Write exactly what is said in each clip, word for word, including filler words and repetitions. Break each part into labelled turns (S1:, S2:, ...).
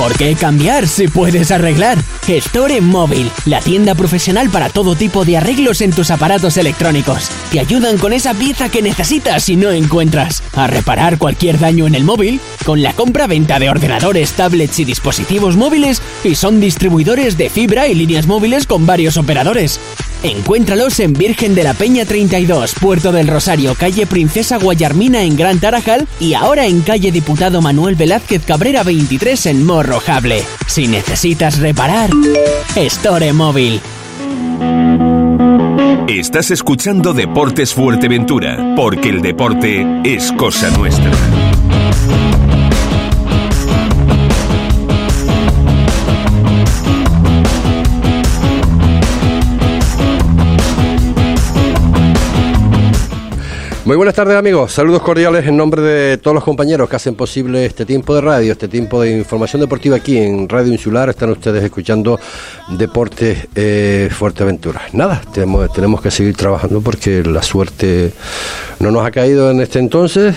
S1: ¿Por qué cambiar si puedes arreglar? Store Móvil, la tienda profesional para todo tipo de arreglos en tus aparatos electrónicos. Te ayudan con esa pieza que necesitas y no encuentras. A reparar cualquier daño en el móvil, con la compra-venta de ordenadores, tablets y dispositivos móviles, y son distribuidores de fibra y líneas móviles con varios operadores. Encuéntralos en Virgen de la Peña treinta y dos, Puerto del Rosario, calle Princesa Guayarmina en Gran Tarajal y ahora en calle Diputado Manuel Velázquez Cabrera veintitrés en Morrojable. Si necesitas reparar, Store Móvil.
S2: Estás escuchando Deportes Fuerteventura, porque el deporte es cosa nuestra.
S3: Muy buenas tardes, amigos, saludos cordiales en nombre de todos los compañeros que hacen posible este tiempo de radio, este tiempo de información deportiva aquí en Radio Insular. Están ustedes escuchando Deportes eh, Fuerteventura. Nada, tenemos, tenemos que seguir trabajando porque la suerte no nos ha caído en este entonces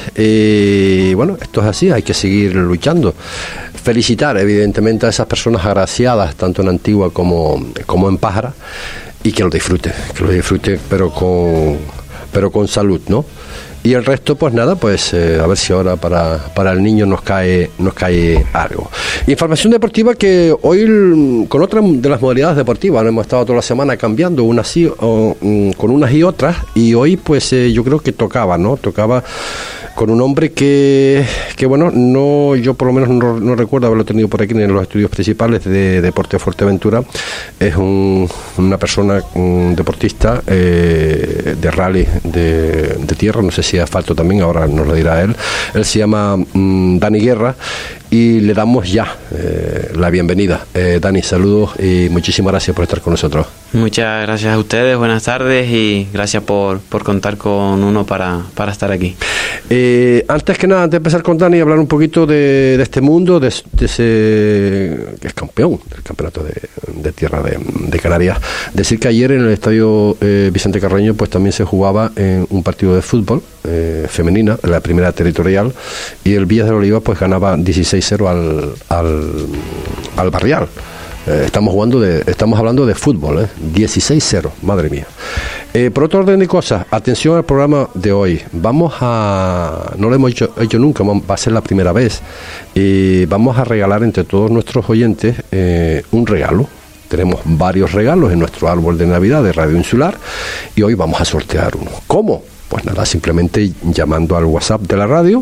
S3: y bueno, esto es así, hay que seguir luchando. Felicitar evidentemente a esas personas agraciadas tanto en Antigua como, como en Pájara y que lo disfruten, que lo disfruten pero con... pero con salud, ¿no? Y el resto, pues nada, pues eh, a ver si ahora para, para el niño nos cae nos cae algo. Información deportiva que hoy, con otra de las modalidades deportivas, hemos estado toda la semana cambiando unas sí, o, um, con unas y otras, y hoy pues eh, yo creo que tocaba, ¿no? Tocaba con un hombre que, que bueno, no yo por lo menos no, no recuerdo haberlo tenido por aquí en los estudios principales de Deportes Fuerteventura. Es un, una persona, un deportista eh, de rally de, de tierra, no sé si asfalto también, ahora nos lo dirá él. Él se llama um, Dani Guerra y le damos ya eh, la bienvenida. Eh, Dani, saludos y muchísimas gracias por estar con nosotros.
S4: Muchas gracias a ustedes, buenas tardes y gracias por, por contar con uno para, para estar aquí.
S3: Eh, antes que nada, antes de empezar con Dani, hablar un poquito de, de este mundo, de, de ese que es campeón del campeonato de, de tierra de, de Canarias. Decir que ayer en el estadio eh, Vicente Carreño pues también se jugaba en un partido de fútbol eh, femenina, la primera territorial, y el Villas del Oliva pues ganaba dieciséis cero al, al, al Barrial. Eh, estamos jugando de, estamos hablando de fútbol, ¿eh? dieciséis cero, madre mía. Eh, por otro orden de cosas, atención al programa de hoy. Vamos a, no lo hemos hecho, hecho nunca, va a ser la primera vez. Y vamos a regalar entre todos nuestros oyentes eh, un regalo. Tenemos varios regalos en nuestro árbol de Navidad de Radio Insular y hoy vamos a sortear uno. ¿Cómo? Pues nada, simplemente llamando al WhatsApp de la radio,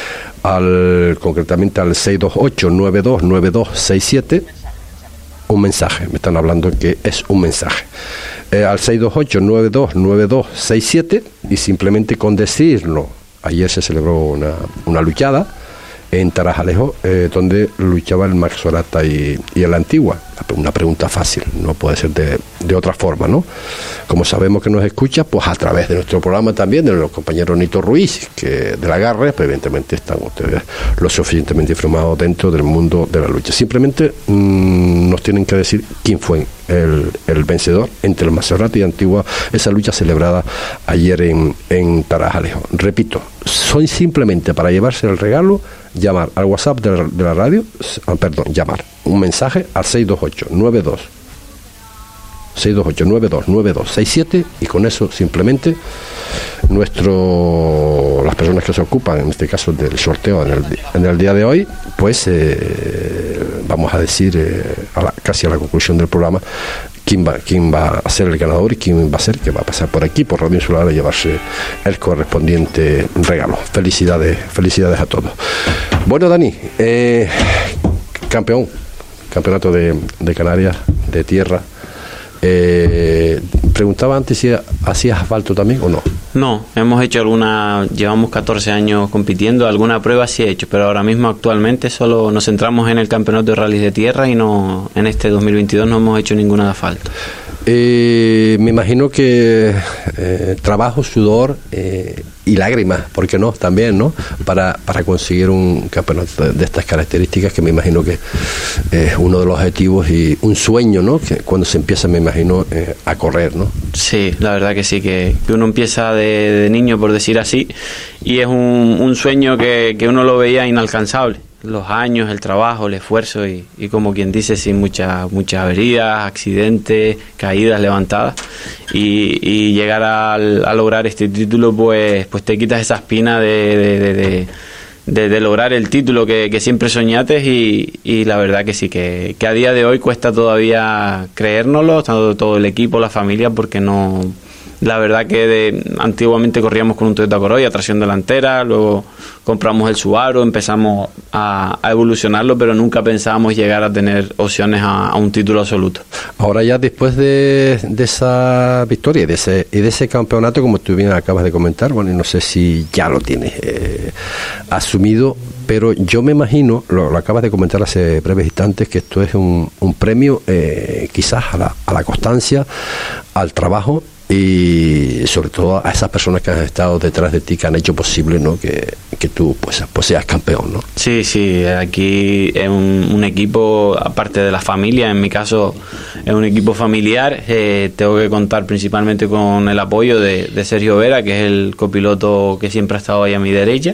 S3: al concretamente al seis dos ocho, nueve dos nueve dos seis siete. Un mensaje, me están hablando que es un mensaje. Eh, al seis dos ocho, nueve dos nueve dos seis siete y simplemente con decirlo. Ayer se celebró una, una luchada en Tarajalejo, eh, donde luchaba el Max Sorata y, y el Antigua. Una pregunta fácil, no puede ser de, de otra forma, ¿no? Como sabemos que nos escucha, pues a través de nuestro programa también, de los compañeros Nito Ruiz, que de la Garra, pues evidentemente están ustedes lo suficientemente informados dentro del mundo de la lucha. Simplemente mmm, nos tienen que decir quién fue el, el vencedor entre el Maserati y Antigua, esa lucha celebrada ayer en, en Tarajalejo. Repito, son simplemente para llevarse el regalo, llamar al WhatsApp de la, de la radio, perdón, llamar un mensaje al seis dos ocho, nueve dos nueve dos seis siete y con eso simplemente nuestro las personas que se ocupan en este caso del sorteo en el, en el día de hoy pues eh, vamos a decir eh, a la, casi a la conclusión del programa quién va, quién va a ser el ganador y quién va a ser que va a pasar por aquí por Radio Insular a llevarse el correspondiente regalo. Felicidades, felicidades a todos. Bueno, Dani, eh, campeón campeonato de, de Canarias de tierra. Eh, preguntaba antes si hacías asfalto también o no.
S4: No, hemos hecho alguna, llevamos catorce años compitiendo, alguna prueba sí he hecho, pero ahora mismo actualmente solo nos centramos en el campeonato de rallies de tierra y no en este dos mil veintidós no hemos hecho ninguna de asfalto.
S3: Eh, me imagino que eh, trabajo, sudor eh, y lágrimas, ¿por qué no? También, ¿no? Para, para conseguir un campeonato de, de estas características, que me imagino que es uno de los objetivos y un sueño, ¿no? Que cuando se empieza, me imagino, eh, a correr, ¿no?
S4: Sí, la verdad que sí, que, que uno empieza de, de niño, por decir así, y es un, un sueño que, que uno lo veía inalcanzable. los años, el trabajo, el esfuerzo y, y como quien dice, sin muchas muchas averías, accidentes, caídas, levantadas y, y llegar a, a lograr este título, pues pues te quitas esa espina de, de, de, de, de, de lograr el título que, que siempre soñaste y, y la verdad que sí, que, que a día de hoy cuesta todavía creérnoslo, todo, todo el equipo, la familia, porque no... La verdad que de, antiguamente corríamos con un Toyota Corolla, tracción delantera, luego compramos el Subaru, empezamos a, a evolucionarlo, pero nunca pensábamos llegar a tener opciones a, a un título absoluto.
S3: Ahora ya después de, de esa victoria y de ese, y de ese campeonato, como tú bien acabas de comentar, bueno, y no sé si ya lo tienes eh, asumido, pero yo me imagino, lo, lo acabas de comentar hace breves instantes, que esto es un, un premio eh, quizás a la, a la constancia, al trabajo, y sobre todo a esas personas que han estado detrás de ti, que han hecho posible, ¿no?, que, que tú pues, pues seas campeón, ¿no?
S4: Sí, sí, aquí es un, un equipo, aparte de la familia, en mi caso es un equipo familiar, eh, tengo que contar principalmente con el apoyo de, de Sergio Vera, que es el copiloto que siempre ha estado ahí a mi derecha,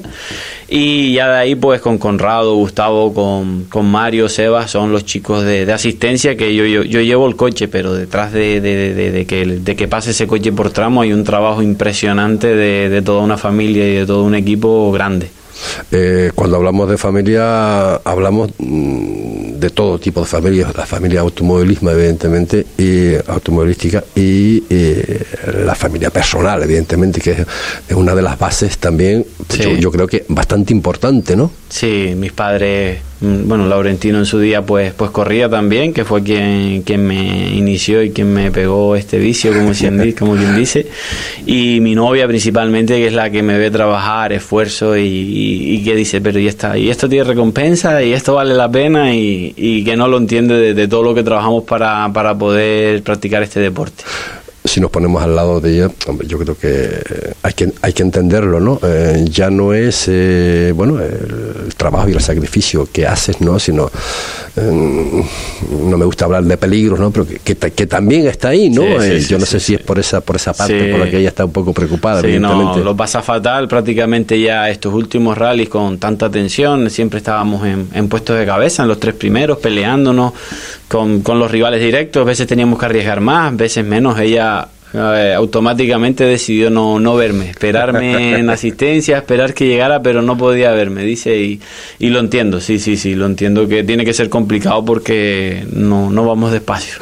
S4: y ya de ahí pues con Conrado, Gustavo, con, con Mario, Seba, son los chicos de, de asistencia, que yo, yo, yo llevo el coche, pero detrás de, de, de, de, que, de que pase ese coche por tramo hay un trabajo impresionante de, de toda una familia y de todo un equipo grande.
S3: Eh, cuando hablamos de familia, hablamos mmm, de todo tipo de familias, la familia automovilismo, evidentemente, y automovilística, y eh, la familia personal, evidentemente, que es, es una de las bases también, pues sí. yo, yo creo que bastante importante, ¿no?
S4: Sí, mis padres, bueno, Laurentino en su día pues pues corría también, que fue quien quien me inició y quien me pegó este vicio, como quien, como quien dice, y mi novia principalmente, que es la que me ve trabajar, esfuerzo y, y, y que dice, pero y, esta, y esto tiene recompensa y esto vale la pena, y, y que no lo entiende de, de todo lo que trabajamos para, para poder practicar este deporte.
S3: Si nos ponemos al lado de ella, hombre, yo creo que hay que hay que entenderlo, ¿no? Eh, ya no es eh, bueno el, el trabajo y el sacrificio que haces, ¿no? Sino eh, no me gusta hablar de peligros, ¿no? Pero que, que, que también está ahí, ¿no? Sí, sí, eh, sí, yo no sí, sé sí, si es por esa por esa parte sí. por la que ella está un poco preocupada.
S4: Sí,
S3: evidentemente.
S4: No, lo pasa fatal prácticamente ya estos últimos rallies con tanta tensión. Siempre estábamos en, en puestos de cabeza, en los tres primeros, peleándonos con, con los rivales directos. A veces teníamos que arriesgar más, a veces menos. Ella Eh, automáticamente decidió no, no verme, esperarme en asistencia, esperar que llegara, pero no podía verme, dice, y, y lo entiendo, sí, sí, sí, lo entiendo, que tiene que ser complicado porque no, no vamos despacio.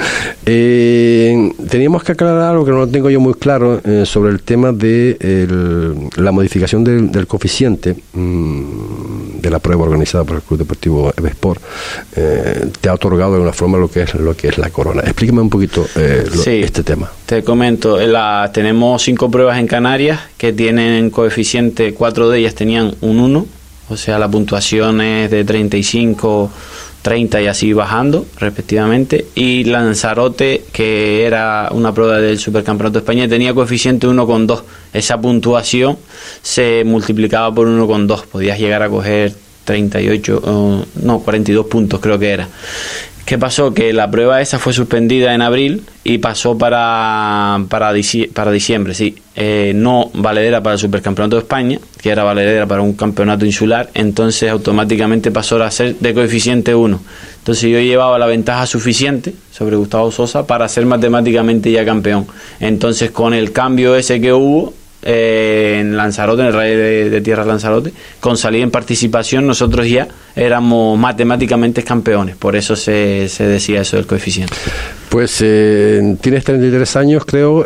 S3: Eh, teníamos que aclarar algo que no lo tengo yo muy claro eh, sobre el tema de el, la modificación del, del coeficiente mmm, de la prueba organizada por el Club Deportivo Evesport. Eh, te ha otorgado de alguna forma lo que es lo que es la corona. Explícame un poquito eh, lo,
S4: sí,
S3: este tema.
S4: Te comento. La, tenemos cinco pruebas en Canarias que tienen coeficiente, cuatro de ellas tenían un uno, o sea, la puntuación es de treinta y cinco, treinta y así bajando respectivamente, y Lanzarote, que era una prueba del Supercampeonato de España, tenía coeficiente uno coma dos, esa puntuación se multiplicaba por uno coma dos, podías llegar a coger treinta y ocho, uh, no, cuarenta y dos puntos creo que era. ¿Qué pasó? Que la prueba esa fue suspendida en abril y pasó para para, dici- para diciembre, sí. Eh, no valedera para el Supercampeonato de España, que era valedera para un campeonato insular, entonces automáticamente pasó a ser de coeficiente uno. Entonces yo llevaba la ventaja suficiente sobre Gustavo Sosa para ser matemáticamente ya campeón. Entonces con el cambio ese que hubo, Eh, en Lanzarote, en el Rally de, de Tierra Lanzarote, con salida en participación, nosotros ya éramos matemáticamente campeones, por eso se, se decía eso del coeficiente.
S3: Pues eh, tienes treinta y tres años, creo,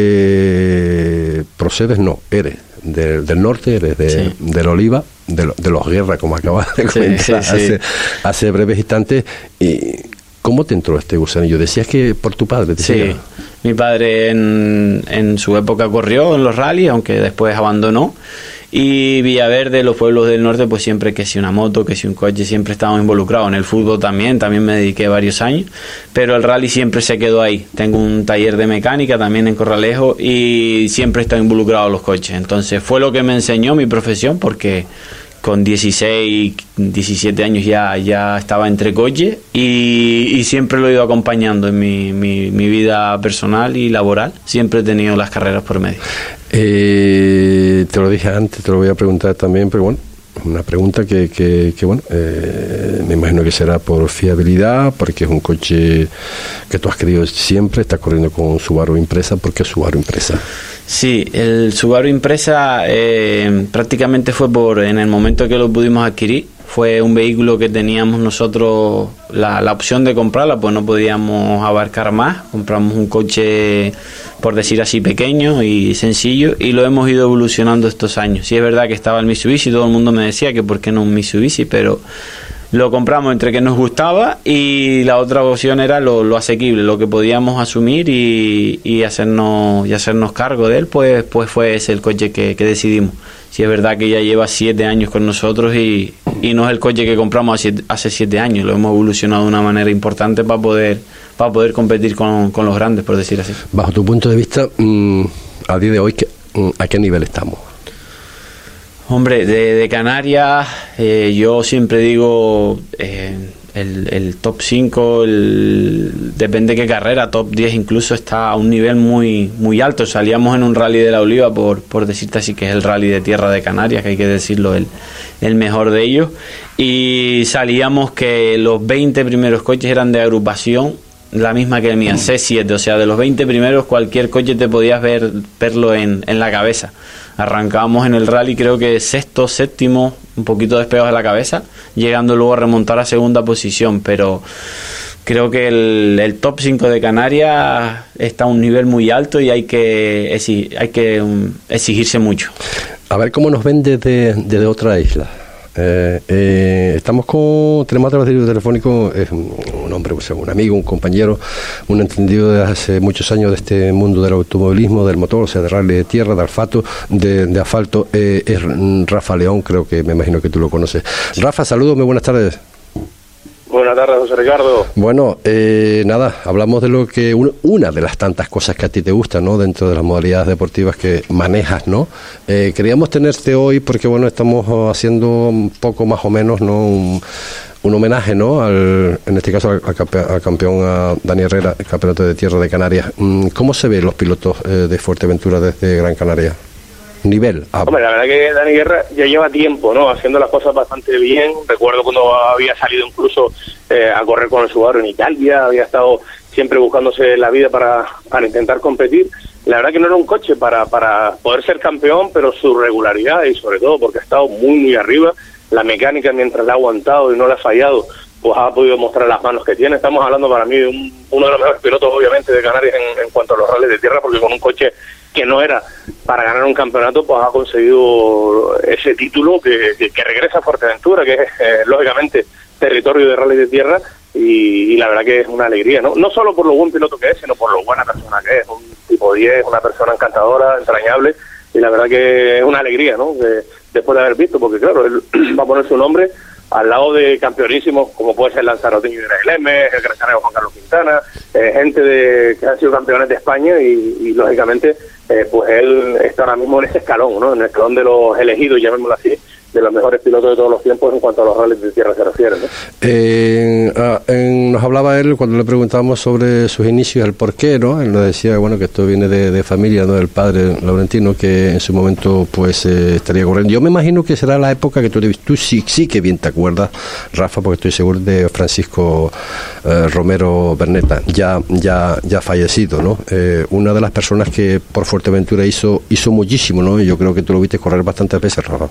S3: eh, procedes, no, eres de, del norte, eres de, sí. del Oliva, de, de los Guerra, como acabas de comentar sí, sí, hace, sí. hace breves instantes. Y ¿cómo te entró este gusanillo? Decías que por tu padre te
S4: sí.
S3: decía.
S4: Mi padre en, en su época corrió en los rallies, aunque después abandonó, y Villaverde, los pueblos del norte, pues siempre que si una moto, que si un coche, siempre estábamos involucrados. En el fútbol también, también me dediqué varios años, pero el rally siempre se quedó ahí. Tengo un taller de mecánica también en Corralejo y siempre he estado involucrado en los coches. Entonces fue lo que me enseñó mi profesión, porque con dieciséis, diecisiete años ya, ya estaba entre coches y, y siempre lo he ido acompañando en mi, mi, mi vida personal y laboral. Siempre he tenido las carreras por medio.
S3: Eh, te lo dije antes, te lo voy a preguntar también, pero bueno, Una pregunta que, que, que bueno, eh, me imagino que será por fiabilidad, porque es un coche que tú has querido siempre, estás corriendo con Subaru Impreza. ¿Por qué Subaru Impreza?
S4: Sí, el Subaru Impreza eh, prácticamente fue por en el momento que lo pudimos adquirir. Fue un vehículo que teníamos nosotros la, la opción de comprarla, pues no podíamos abarcar más. Compramos un coche, por decir así, pequeño y sencillo, y lo hemos ido evolucionando estos años. Sí es verdad que estaba el Mitsubishi, todo el mundo me decía que por qué no un Mitsubishi, pero lo compramos entre que nos gustaba y la otra opción era lo, lo asequible, lo que podíamos asumir y, y hacernos y hacernos cargo de él, pues pues fue ese el coche que, que decidimos. Sí es verdad que ya lleva siete años con nosotros y, y no es el coche que compramos hace, hace siete años, lo hemos evolucionado de una manera importante para poder para poder competir con, con los grandes, por decir así.
S3: Bajo tu punto de vista, mmm, a día de hoy, ¿a qué nivel estamos?
S4: Hombre, de, de Canarias, eh, yo siempre digo eh, el, el top cinco, el, depende de qué carrera, top diez incluso, está a un nivel muy muy alto. Salíamos en un rally de la Oliva, por, por decirte así, que es el rally de tierra de Canarias, que hay que decirlo, el, el mejor de ellos, y salíamos que los veinte primeros coches eran de agrupación, la misma que el mía, C siete, o sea, de los veinte primeros cualquier coche te podías ver verlo en, en la cabeza. Arrancábamos en el rally creo que sexto, séptimo, un poquito despegados de la cabeza, llegando luego a remontar a segunda posición, pero creo que el, el top cinco de Canarias está a un nivel muy alto y hay que exigir, hay que um, exigirse mucho.
S3: A ver cómo nos ven desde, desde otra isla. Eh, eh, estamos con, tenemos a través del telefónico, es un, un hombre, o sea, un amigo, un compañero, un entendido de hace muchos años de este mundo del automovilismo, del motor, o sea, de rally de tierra, de asfalto, de, de asfalto, eh, es Rafa León, creo que me imagino que tú lo conoces. Rafa, saludos, muy buenas tardes.
S5: Buenas tardes, José Ricardo.
S3: Bueno, eh, nada, hablamos de lo que un, una de las tantas cosas que a ti te gustan, ¿no? Dentro de las modalidades deportivas que manejas, ¿no? Eh, queríamos tenerte hoy porque, bueno, estamos haciendo un poco más o menos, ¿no? Un, un homenaje, ¿no? Al, en este caso al, al, campeón, al campeón a Dani Herrera, el campeonato de tierra de Canarias. ¿Cómo se ven los pilotos eh, de Fuerteventura desde Gran Canaria? Nivel. Ah.
S5: Hombre, la verdad que Dani Guerra ya lleva tiempo, ¿no? Haciendo las cosas bastante bien. Recuerdo cuando había salido incluso eh, a correr con el Subaru en Italia, había estado siempre buscándose la vida para, para intentar competir. La verdad que no era un coche para, para poder ser campeón, pero su regularidad y sobre todo porque ha estado muy, muy arriba. La mecánica, mientras la ha aguantado y no la ha fallado, pues ha podido mostrar las manos que tiene. Estamos hablando para mí de un, uno de los mejores pilotos, obviamente, de Canarias en, en cuanto a los rallies de tierra, porque con un coche que no era para ganar un campeonato, pues ha conseguido ese título que, que, que regresa a Fuerteventura, que es, eh, lógicamente, territorio de rally de tierra, y, y la verdad que es una alegría, ¿no? No solo por lo buen piloto que es, sino por lo buena persona que es, un tipo diez, una persona encantadora, entrañable, y la verdad que es una alegría, ¿no? Que, después de haber visto, porque claro, él va a poner su nombre al lado de campeonísimos como puede ser Lanzarote y L M, el Gran Canario Juan Carlos Quintana, eh, gente de que han sido campeones de España y, y lógicamente eh, pues él está ahora mismo en ese escalón, ¿no? En el escalón de los elegidos, llamémoslo así, de los mejores pilotos de todos los tiempos en cuanto a los rallies de tierra se refiere, ¿no?
S3: Eh, ah, en, nos hablaba él cuando le preguntábamos sobre sus inicios, el por qué, ¿no? Él nos decía, bueno, que esto viene de, de familia, ¿no? Del padre Laurentino, que en su momento pues eh, estaría corriendo. Yo me imagino que será la época que tú, tú sí, sí que bien te acuerdas, Rafa, porque estoy seguro de Francisco eh, Romero Berneta, ya ya ya fallecido, ¿no? Eh, una de las personas que por Fuerteventura hizo hizo muchísimo, ¿no? Y yo creo que tú lo viste correr bastantes veces, Rafa.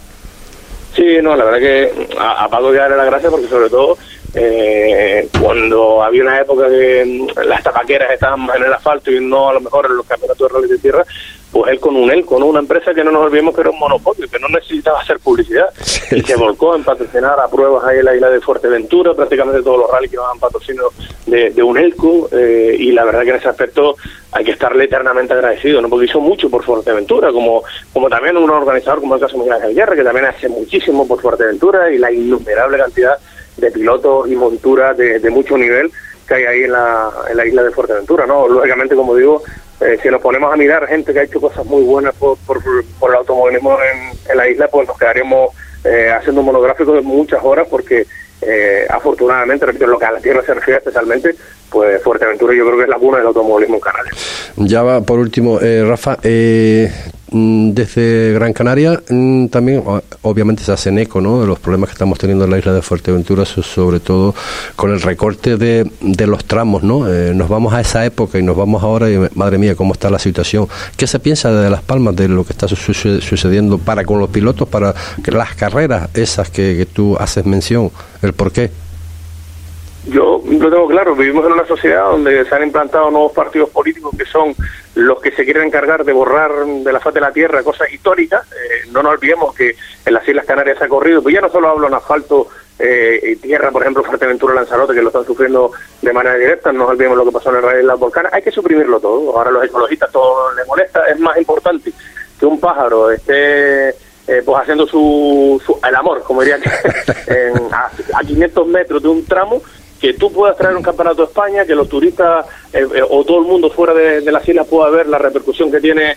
S5: Sí, no, la verdad que a, a Paco hay que darle las gracias porque sobre todo eh, cuando había una época que las tabaqueras estaban más en el asfalto y no a lo mejor en los campeonatos de rally de tierra, pues él con un él, con una empresa que no nos olvidemos que era un monopolio, que no necesitaba hacer publicidad, y se volcó en patrocinar a pruebas ahí en la isla de Fuerteventura, prácticamente todos los rallies que llevaban patrocinio de, de Unelco, eh, y la verdad que en ese aspecto hay que estarle eternamente agradecido, ¿no? Porque hizo mucho por Fuerteventura, como como también un organizador como el caso de Miguel Ángel Guerra, que también hace muchísimo por Fuerteventura, y la innumerable cantidad de pilotos y monturas de, de mucho nivel que hay ahí en la, en la isla de Fuerteventura, ¿no? Lógicamente, como digo, eh, si nos ponemos a mirar gente que ha hecho cosas muy buenas por, por, por el automovilismo en, en la isla, pues nos quedaríamos eh, haciendo un monográfico de muchas horas, porque eh, afortunadamente, repito, lo que a la tierra se refiere especialmente, pues Fuerteventura yo creo que es la cuna del automovilismo en Canarias.
S3: Ya va, por último, eh, Rafa, eh, desde Gran Canaria también obviamente se hacen eco, ¿no?, de los problemas que estamos teniendo en la isla de Fuerteventura, sobre todo con el recorte de, de los tramos, ¿no? Eh, nos vamos a esa época y nos vamos ahora y madre mía, cómo está la situación. ¿Qué se piensa de Las Palmas, de lo que está sucediendo para con los pilotos, para que las carreras esas que, que tú haces mención, el por qué?
S5: Yo lo tengo claro, vivimos en una sociedad donde se han implantado nuevos partidos políticos que son los que se quieren encargar de borrar de la faz de la tierra cosas históricas. Eh, no nos olvidemos que en las Islas Canarias se ha corrido, pues ya no solo hablo en asfalto eh, y tierra, por ejemplo, Fuerteventura, Lanzarote, que lo están sufriendo de manera directa, no nos olvidemos lo que pasó en el Rey de las Volcanas. Hay que suprimirlo todo, ahora a los ecologistas todo les molesta. Es más importante que un pájaro esté eh, pues haciendo su, su el amor, como dirían, en, a, a quinientos metros de un tramo, que tú puedas traer un campeonato de España, que los turistas eh, eh, o todo el mundo fuera de, de las islas pueda ver la repercusión que tiene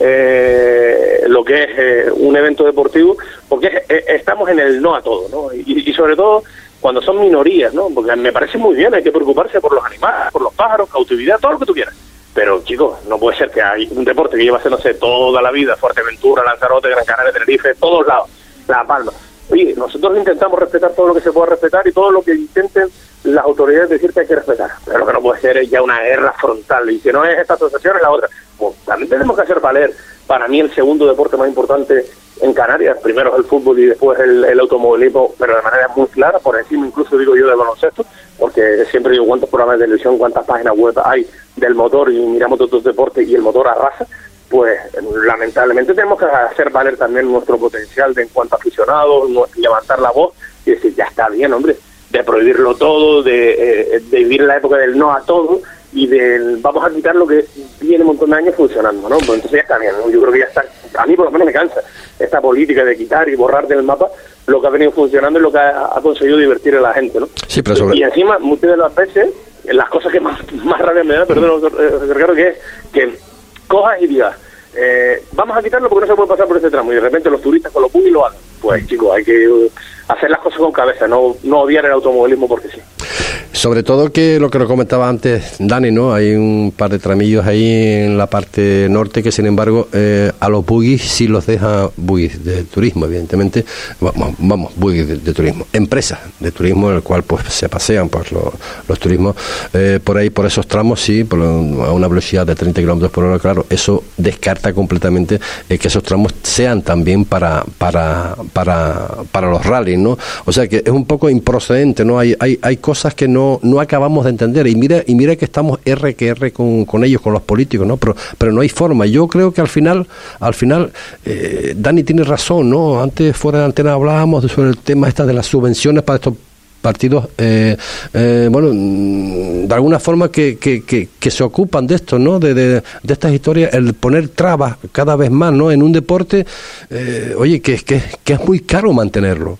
S5: eh, lo que es eh, un evento deportivo, porque es, eh, estamos en el no a todo, ¿no? Y, y sobre todo cuando son minorías, ¿no? Porque me parece muy bien, hay que preocuparse por los animales, por los pájaros, cautividad, todo lo que tú quieras. Pero, chicos, no puede ser que hay un deporte que lleva haciéndose toda la vida, Fuerteventura, Lanzarote, Gran Canaria, Tenerife, todos lados, La Palma. Oye, nosotros intentamos respetar todo lo que se pueda respetar y todo lo que intenten las autoridades decir que hay que respetar, pero lo que no puede ser es ya una guerra frontal, y si no es esta asociación es la otra. Pues también tenemos que hacer valer, para mí, el segundo deporte más importante en Canarias. Primero es el fútbol y después el, el automovilismo, pero de manera muy clara, por encima incluso digo yo del baloncesto, porque siempre digo cuántos programas de televisión, cuántas páginas web hay del motor, y miramos otros deportes y el motor arrasa. Pues lamentablemente tenemos que hacer valer también nuestro potencial de en cuanto a aficionados, levantar la voz y decir, ya está bien, hombre, de prohibirlo todo, de, eh, de vivir la época del no a todo y del vamos a quitar lo que viene un montón de años funcionando, ¿no? Pues entonces ya está bien, ¿no? Yo creo que ya está, a mí por lo menos me cansa esta política de quitar y borrar del mapa lo que ha venido funcionando y lo que ha, ha conseguido divertir a la gente, ¿no?
S3: Sí, pero sobre...
S5: Y encima, muchas de las veces, las cosas que más, más rabia me da, perdón, Ricardo, que es que cojas y digas, eh, vamos a quitarlo porque no se puede pasar por ese tramo, y de repente los turistas con los buggy lo hagan. Pues chicos, hay que uh, hacer las cosas con cabeza, no, no odiar el automovilismo porque sí.
S3: Sobre todo que lo que nos comentaba antes Dani, ¿no? Hay un par de tramillos ahí en la parte norte que, sin embargo, eh, a los buggies sí los deja, buggies de turismo, evidentemente, vamos, vamos buggies de, de turismo, empresas de turismo en el cual pues se pasean pues los, los turismos eh, por ahí, por esos tramos, sí, por, a una velocidad de treinta kilómetros por hora, claro, eso descarta completamente eh, que esos tramos sean también para para para para los rallies, ¿no? O sea que es un poco improcedente, ¿no? Hay hay hay cosas que no no acabamos de entender, y mira y mira que estamos R que R con, con ellos, con los políticos, ¿no? Pero pero no hay forma. Yo creo que al final al final eh, Dani tiene razón, ¿no? Antes fuera de antena hablábamos sobre el tema esta de las subvenciones para estos partidos, eh, eh, bueno, de alguna forma que, que, que, que se ocupan de esto, ¿no? De, de, de estas historias, el poner trabas cada vez más, ¿no? En un deporte, eh, oye, que, que, que es muy caro mantenerlo.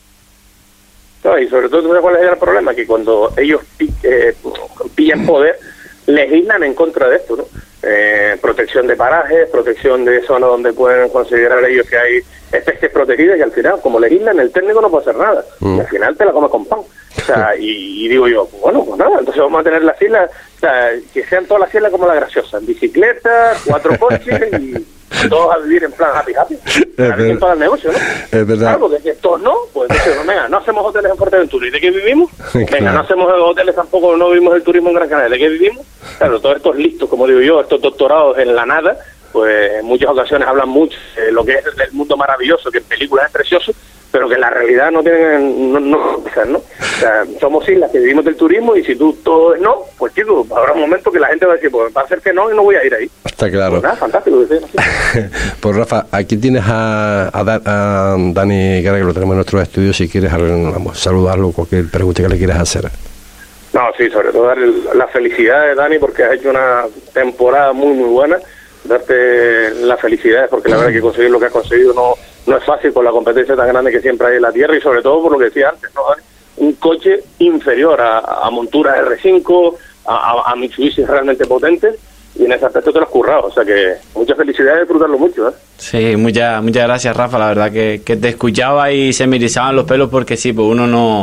S5: No, y sobre todo, ¿tú sabes cuál es el problema? Que cuando ellos eh, pillan poder, legislan en contra de esto, ¿no? Eh, protección de parajes, protección de zonas donde pueden considerar ellos que hay especies protegidas, y al final, como legislan, el técnico no puede hacer nada, mm. y al final te la comes con pan. O sea, y, y digo yo, bueno, pues nada, entonces vamos a tener las islas, o sea, que sean todas las islas como la graciosa, en bicicleta, cuatro coches y todos a vivir en plan happy happy, para ver quién paga el negocio, ¿no?
S3: Es verdad.
S5: Claro, porque si estos no, pues entonces, venga, no hacemos hoteles en Fuerteventura, ¿y de qué vivimos? Venga, claro. No hacemos hoteles tampoco, no vivimos el turismo en Gran Canaria, ¿de qué vivimos? Claro, todos estos listos, como digo yo, estos doctorados en la nada, pues en muchas ocasiones hablan mucho de lo que es el mundo maravilloso, que en películas es precioso, pero que en la realidad no tienen, no, no, ¿no? O sea, somos islas que vivimos del turismo, y si tú todo es no, pues chico, habrá un momento que la gente va a decir, pues va a ser que no y no voy a ir ahí.
S3: Está claro.
S5: Pues nada, fantástico.
S3: Pues Rafa, aquí tienes a, a, da, a Dani Guerra, que lo tenemos en nuestros estudios, si quieres vamos, saludarlo, cualquier pregunta que le quieras hacer.
S5: No, sí, sobre todo darle la felicidad de Dani, porque has hecho una temporada muy, muy buena. Darte las felicidades, porque la verdad que conseguir lo que has conseguido no no es fácil con la competencia tan grande que siempre hay en la tierra, y sobre todo por lo que decía antes, ¿no? Un coche inferior a, a monturas erre cinco, a, a, a Mitsubishi realmente potentes, y en ese aspecto te lo has currado, o sea que muchas felicidades, disfrutarlo mucho, ¿eh?
S4: Sí, muchas muchas gracias, Rafa, la verdad que, que te escuchaba y se me erizaban los pelos, porque sí, pues uno no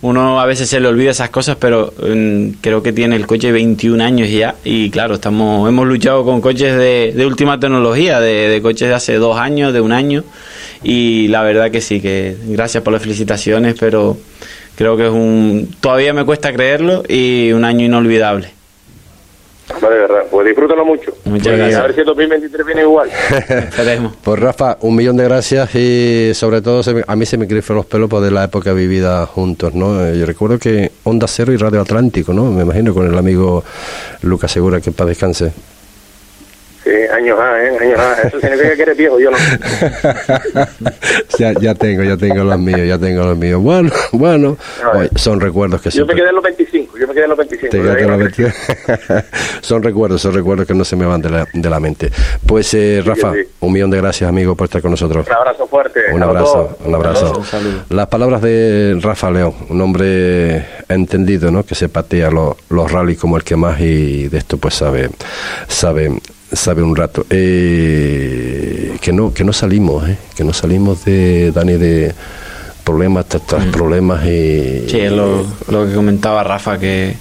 S4: uno a veces se le olvida esas cosas, pero um, creo que tiene el coche veintiún años ya, y claro, estamos hemos luchado con coches de, de última tecnología, de, de coches de hace dos años, de un año, y la verdad que sí, que gracias por las felicitaciones, pero creo que es un todavía me cuesta creerlo, y un año inolvidable.
S5: Vale, de verdad, pues disfrútalo mucho.
S4: Muchas gracias.
S5: A ver si el dos mil veintitrés viene igual.
S4: Esperemos.
S3: Pues Rafa, un millón de gracias, y sobre todo se me, a mí se me crispan los pelos por de la época vivida juntos, ¿no? Yo recuerdo que Onda Cero y Radio Atlántico, ¿no? Me imagino con el amigo Lucas Segura, que en paz descanse.
S5: Sí, años A, ¿eh? Años A. Eso significa que eres viejo, yo no.
S3: ya, ya tengo, ya tengo los míos, ya tengo los míos. Bueno, bueno, oye, son recuerdos que
S5: yo
S3: siempre...
S5: me quedé en los veinticinco, yo me quedé en los veinticinco.
S3: Te quedaste en los veinticinco. Son recuerdos, son recuerdos que no se me van de la, de la mente. Pues eh, Rafa, sí, sí. un millón de gracias, amigo, por estar con nosotros.
S5: Un abrazo fuerte.
S3: Un abrazo, un abrazo. Un saludo. Las palabras de Rafa León, un hombre entendido, ¿no? Que se patea los, los rallies como el que más, y de esto pues sabe, sabe, sabe un rato. Eh, que no, que no salimos, ¿eh? Que no salimos de Dani de problemas tras, tras mm. problemas y
S4: sí, es lo, lo que comentaba Rafa, que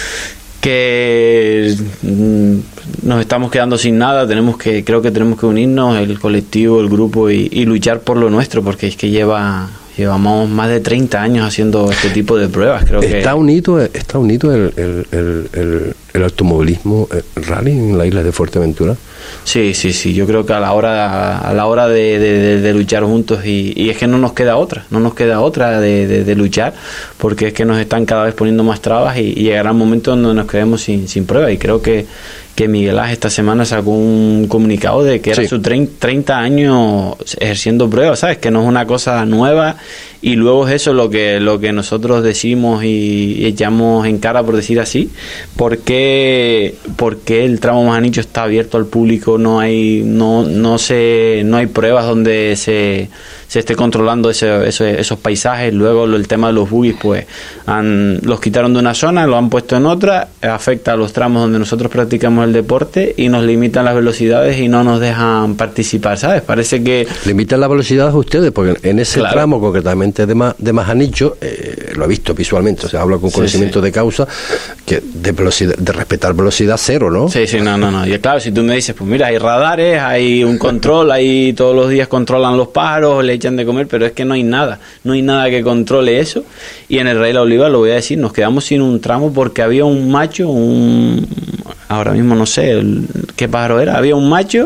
S4: que mm, nos estamos quedando sin nada. Tenemos que creo que tenemos que unirnos, el colectivo, el grupo, y, y luchar por lo nuestro, porque es que lleva llevamos más de treinta años haciendo este tipo de pruebas. Creo
S3: está
S4: que
S3: unido está unido el, el, el, el, el automovilismo, el rally en la isla de Fuerteventura.
S4: Sí, sí, sí. Yo creo que a la hora a la hora de, de, de luchar juntos, y, y es que no nos queda otra, no nos queda otra de, de, de luchar, porque es que nos están cada vez poniendo más trabas, y, y llegará un momento donde nos quedemos sin, sin pruebas. Y creo que que Miguel Ángel esta semana sacó un comunicado de que era sí. su treinta años ejerciendo pruebas, ¿sabes? Que no es una cosa nueva, y luego es eso lo que lo que nosotros decimos y echamos en cara, por decir así, porque porque el tramo más ancho está abierto al público, no hay no no se no hay pruebas donde se se esté controlando ese, ese, esos paisajes. Luego el tema de los buggies, pues han, los quitaron de una zona, lo han puesto en otra, afecta a los tramos donde nosotros practicamos el deporte, y nos limitan las velocidades y no nos dejan participar, ¿sabes? Parece que...
S3: Limitan las velocidades a ustedes, porque en ese claro. tramo concretamente de más, de más ancho, eh, lo he visto visualmente, o sea, hablo con conocimiento sí, sí. de causa, que de velocidad, de respetar velocidad cero, ¿no?
S4: Sí, sí, no, no, no. Y claro, si tú me dices, pues mira, hay radares, hay un control, ahí todos los días controlan los pájaros, le echan de comer, pero es que no hay nada, no hay nada que controle eso. Y en el Rey La Oliva, lo voy a decir, nos quedamos sin un tramo porque había un macho, un ahora mismo no sé el, qué pájaro era, había un macho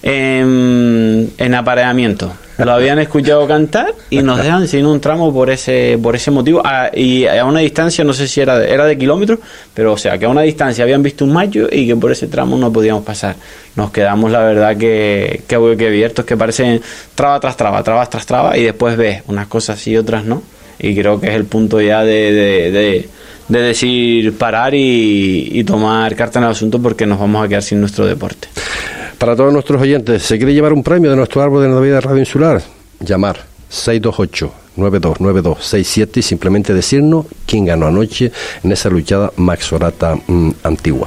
S4: en, en apareamiento. Lo habían escuchado cantar y nos dejan sin un tramo por ese por ese motivo. A, y a una distancia, no sé si era de, era de kilómetros, pero o sea, que a una distancia habían visto un macho y que por ese tramo no podíamos pasar. Nos quedamos, la verdad, que que, que abiertos, que parecen traba tras traba, trabas tras traba, y después ves unas cosas sí y otras no. Y creo que es el punto ya de... de, de de decir parar y, y tomar carta en el asunto, porque nos vamos a quedar sin nuestro deporte.
S3: Para todos nuestros oyentes, ¿se quiere llevar un premio de nuestro árbol de Navidad de Radio Insular? Llamar seis dos ocho, nueve dos nueve dos seis siete y simplemente decirnos quién ganó anoche en esa luchada Maxorata mmm, antigua.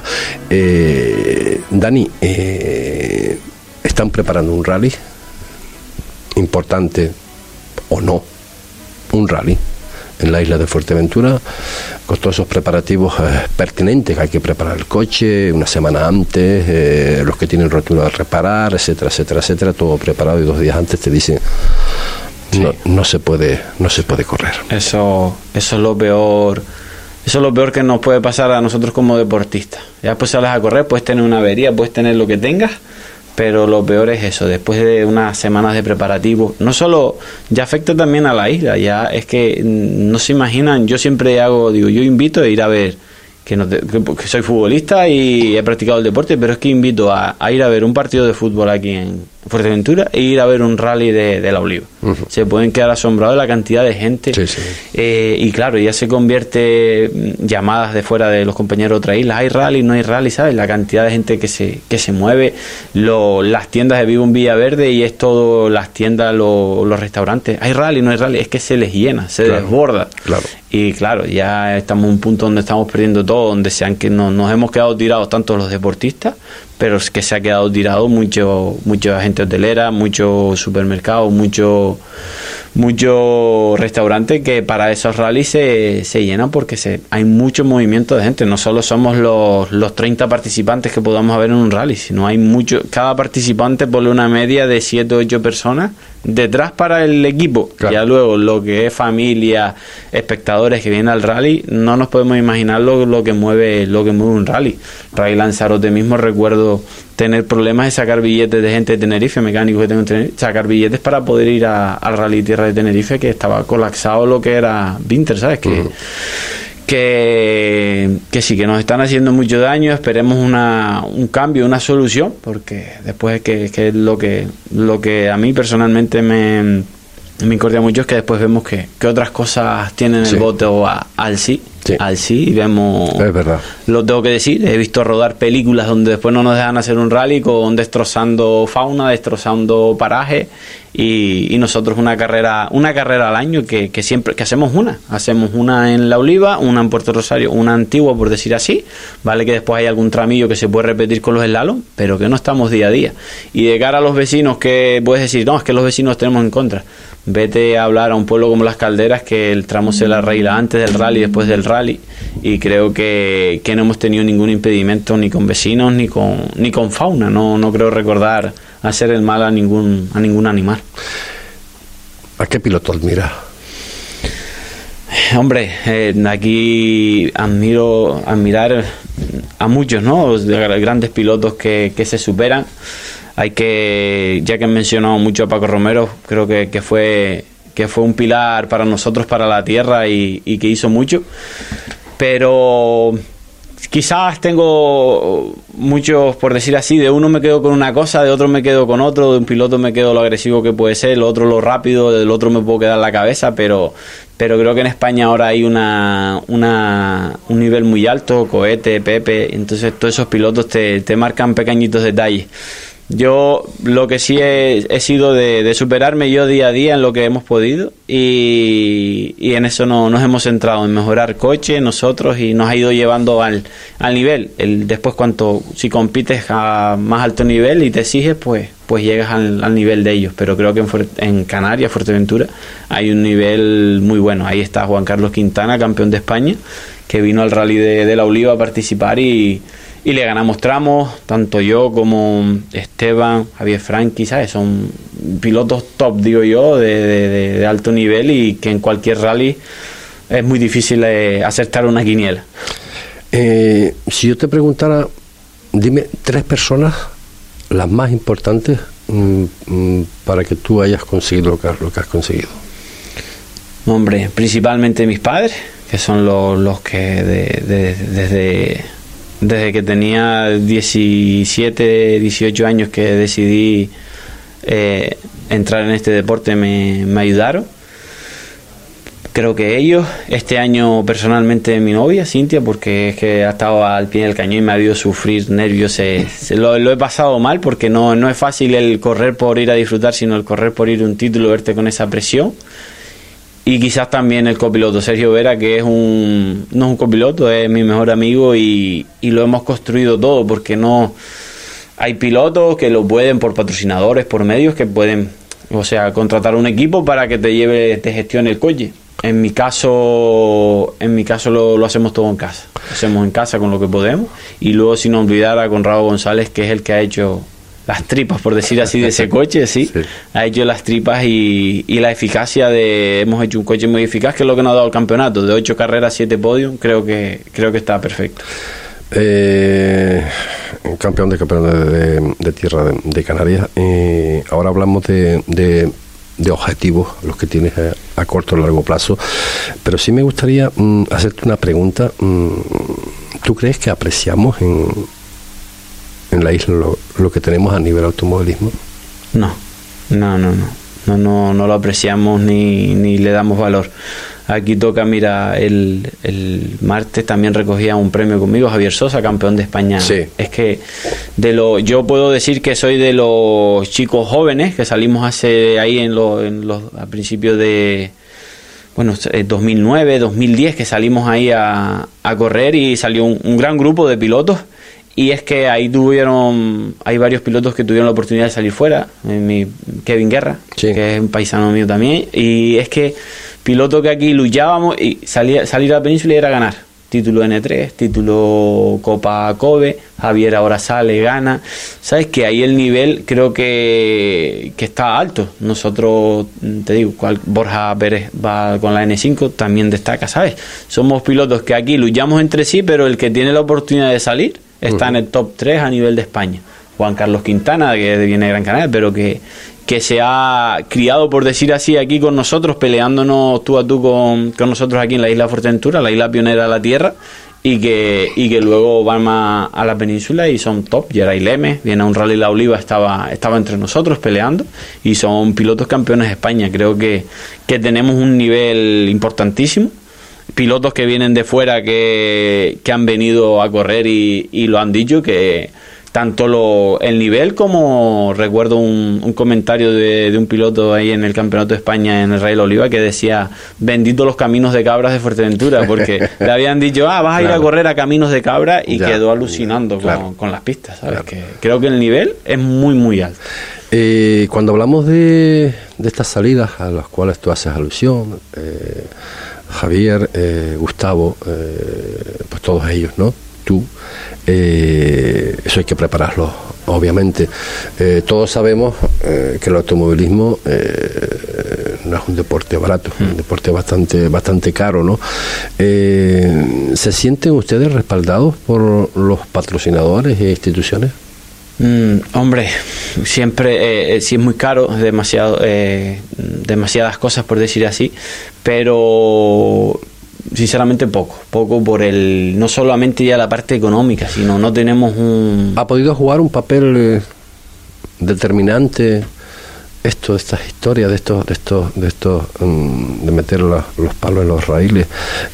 S3: Eh, Dani, eh, ¿están preparando un rally? Importante o no, un rally en la isla de Fuerteventura, con todos esos preparativos eh, pertinentes, que hay que preparar el coche una semana antes, eh, los que tienen rotura de reparar, etcétera, etcétera, etcétera, todo preparado, y dos días antes te dicen sí. no, no se puede, no se puede correr.
S4: Eso, eso es lo peor, eso es lo peor que nos puede pasar a nosotros como deportistas. Ya después sales a correr, puedes tener una avería, puedes tener lo que tengas, pero lo peor es eso, después de unas semanas de preparativos, no solo, ya afecta también a la isla, ya es que no se imaginan, yo siempre hago, digo, yo invito a ir a ver, que, no te, que, que soy futbolista y he practicado el deporte, pero es que invito a, a ir a ver un partido de fútbol aquí en Fuerteventura e ir a ver un rally de, de La Oliva. Uh-huh. Se pueden quedar asombrados de la cantidad de gente.
S3: Sí, sí.
S4: Eh, y claro, ya se convierte llamadas de fuera de los compañeros de otras islas, hay rally, no hay rally, ¿sabes? La cantidad de gente que se que se mueve, lo, las tiendas de Vivo en Villaverde, y es todo, las tiendas, lo, los restaurantes, hay rally, no hay rally, es que se les llena, se
S3: claro,
S4: desborda.
S3: Claro.
S4: Y claro, ya estamos en un punto donde estamos perdiendo todo, donde se han, que no, nos hemos quedado tirados tanto los deportistas, pero es que se ha quedado tirado mucho mucha gente hotelera, muchos supermercados, mucho muchos restaurantes que para esos rallies se, se llenan porque se, hay mucho movimiento de gente. No solo somos los, los treinta participantes que podamos haber en un rally, sino hay mucho. Cada participante pone una media de siete o ocho personas detrás para el equipo. Claro. Ya luego lo que es familia, espectadores que vienen al rally, no nos podemos imaginar lo, lo que mueve lo que mueve un rally. Rally Lanzarote mismo, recuerdo tener problemas de sacar billetes de gente de Tenerife, mecánicos que tengo en Tenerife, sacar billetes para poder ir a, al Rally Tierra de Tenerife, que estaba colapsado lo que era Winter, ¿sabes? Que, uh-huh. que, que sí, que nos están haciendo mucho daño. Esperemos una, un cambio, una solución, porque después que, que lo que lo que a mí personalmente me, me incordia mucho es que después vemos que, que otras cosas tienen sí. el voto a, al sí. Sí. Al sí, y vemos,
S3: es verdad.
S4: Lo tengo que decir, he visto rodar películas donde después no nos dejan hacer un rally con destrozando fauna, destrozando paraje, y, y nosotros una carrera una carrera al año que, que siempre que hacemos una, hacemos una en La Oliva, una en Puerto Rosario, una antigua por decir así, vale que después hay algún tramillo que se puede repetir con los slalom, pero que no estamos día a día. Y de cara a los vecinos, que puedes decir, no, es que los vecinos tenemos en contra. Vete a hablar a un pueblo como Las Calderas, que el tramo se la arregla antes del rally y después del rally, y creo que, que no hemos tenido ningún impedimento ni con vecinos ni con ni con fauna. No no creo recordar hacer el mal a ningún a ningún animal.
S3: ¿A qué piloto admiras?
S4: Hombre, eh, aquí admiro admirar a muchos, ¿no? Grandes pilotos que, que se superan. Hay que, ya que he mencionado mucho a Paco Romero, creo que, que fue que fue un pilar para nosotros, para la tierra, y, y que hizo mucho. Pero quizás tengo muchos, por decir así, de uno me quedo con una cosa, de otro me quedo con otro, de un piloto me quedo lo agresivo que puede ser, el otro lo rápido, del otro me puedo quedar la cabeza, pero pero creo que en España ahora hay una, una un nivel muy alto, Cohete, Pepe, entonces todos esos pilotos te, te marcan pequeñitos detalles. Yo lo que sí he, he sido de, de superarme yo día a día en lo que hemos podido, y, y en eso no, nos hemos centrado en mejorar coche nosotros, y nos ha ido llevando al, al nivel. El, después cuanto si compites a más alto nivel y te exiges, pues pues llegas al, al nivel de ellos. Pero creo que en, Fuert, en Canarias, Fuerteventura, hay un nivel muy bueno. Ahí está Juan Carlos Quintana, campeón de España, que vino al rally de, de La Oliva a participar, y Y le ganamos tramos, tanto yo como Esteban, Javier Franqui, ¿sabes? Son pilotos top, digo yo, de, de, de alto nivel, y que en cualquier rally es muy difícil eh, acertar una quiniela.
S3: Eh, si yo te preguntara, dime tres personas las más importantes mmm, para que tú hayas conseguido lo que, lo que has conseguido.
S4: Hombre, principalmente mis padres, que son los, los que de, de, desde... Desde que tenía diecisiete, dieciocho años que decidí eh, entrar en este deporte, me, me ayudaron. Creo que ellos, este año personalmente mi novia, Cintia, porque es que ha estado al pie del cañón y me ha habido sufrir nervios. Se, se lo, lo he pasado mal, porque no, no es fácil el correr por ir a disfrutar, sino el correr por ir a un título, verte con esa presión. Y quizás también el copiloto Sergio Vera, que es un no es un copiloto, es mi mejor amigo, y, y lo hemos construido todo, porque no hay pilotos que lo pueden por patrocinadores, por medios, que pueden, o sea, contratar un equipo para que te lleve, te gestione el coche. En mi caso, en mi caso lo, lo hacemos todo en casa. Lo hacemos en casa con lo que podemos, y luego sin olvidar a Conrado González, que es el que ha hecho las tripas, por decir así, de ese coche, ¿sí? Sí. Ha hecho las tripas y, y la eficacia de... Hemos hecho un coche muy eficaz, que es lo que nos ha dado el campeonato. De ocho carreras, siete podios, creo que creo que está perfecto.
S3: Eh, campeón de campeones de, de, de tierra de, de Canarias. Eh, ahora hablamos de, de, de objetivos, los que tienes a, a corto o largo plazo. Pero sí me gustaría mm, hacerte una pregunta. Mm, ¿Tú crees que apreciamos en... en la isla lo, lo que tenemos a nivel automovilismo?
S4: No, no, no, no, no, no, no lo apreciamos ni, ni le damos valor. Aquí toca, mira, el, el martes también recogía un premio conmigo Javier Sosa, campeón de España.
S3: Sí. Es
S4: que de lo, yo puedo decir que soy de los chicos jóvenes que salimos hace ahí en los, en los a principios de bueno, dos mil nueve, dos mil diez, que salimos ahí a, a correr, y salió un, un gran grupo de pilotos. y es que ahí tuvieron, hay varios pilotos que tuvieron la oportunidad de salir fuera, mi Kevin Guerra, sí, que es un paisano mío también, y es que piloto que aquí luchábamos y salía, salir a la península y era ganar. Título N tres, título Copa Kobe, Javier ahora sale, gana. ¿Sabes? Que ahí el nivel creo que, que está alto. Nosotros, te digo, cual, Borja Pérez va con la N cinco, también destaca, ¿sabes? Somos pilotos que aquí luchamos entre sí, pero el que tiene la oportunidad de salir está uh-huh. en el top tres a nivel de España. Juan Carlos Quintana, que viene de Gran Canaria, pero que... que se ha criado, por decir así, aquí con nosotros, peleándonos tú a tú con, con nosotros aquí en la isla de Fuerteventura, la isla pionera de la tierra, y que y que luego van más a la península y son top. Geray Lemes viene a un rally La Oliva, estaba estaba entre nosotros peleando, y son pilotos campeones de España. Creo que, que tenemos un nivel importantísimo, pilotos que vienen de fuera que, que han venido a correr y, y lo han dicho, que tanto lo, el nivel como recuerdo un, un comentario de, de un piloto ahí en el Campeonato de España en el Rally La Oliva que decía: bendito los caminos de cabras de Fuerteventura, porque le habían dicho, ah, vas a ir claro. a correr a caminos de cabra, y ya, quedó alucinando claro. con, con las pistas, ¿sabes? Claro. Que creo que el nivel es muy muy alto.
S3: Eh, cuando hablamos de, de estas salidas a las cuales tú haces alusión, eh, Javier, eh, Gustavo, eh, pues todos ellos, ¿no? Tú, eh, eso hay que prepararlo, obviamente. Eh, todos sabemos eh, que el automovilismo eh, no es un deporte barato, es un deporte bastante bastante caro, ¿no? Eh, ¿Se sienten ustedes respaldados por los patrocinadores e instituciones?
S4: Mm, hombre, siempre, eh, sí es muy caro, es demasiado, eh, demasiadas cosas por decir así, pero... sinceramente poco, poco por el, no solamente ya la parte económica, sino no tenemos un...
S3: ¿Ha podido jugar un papel eh, determinante esto, de estas historias, de estos, de estos, de estos, um, de meter los, los palos en los raíles,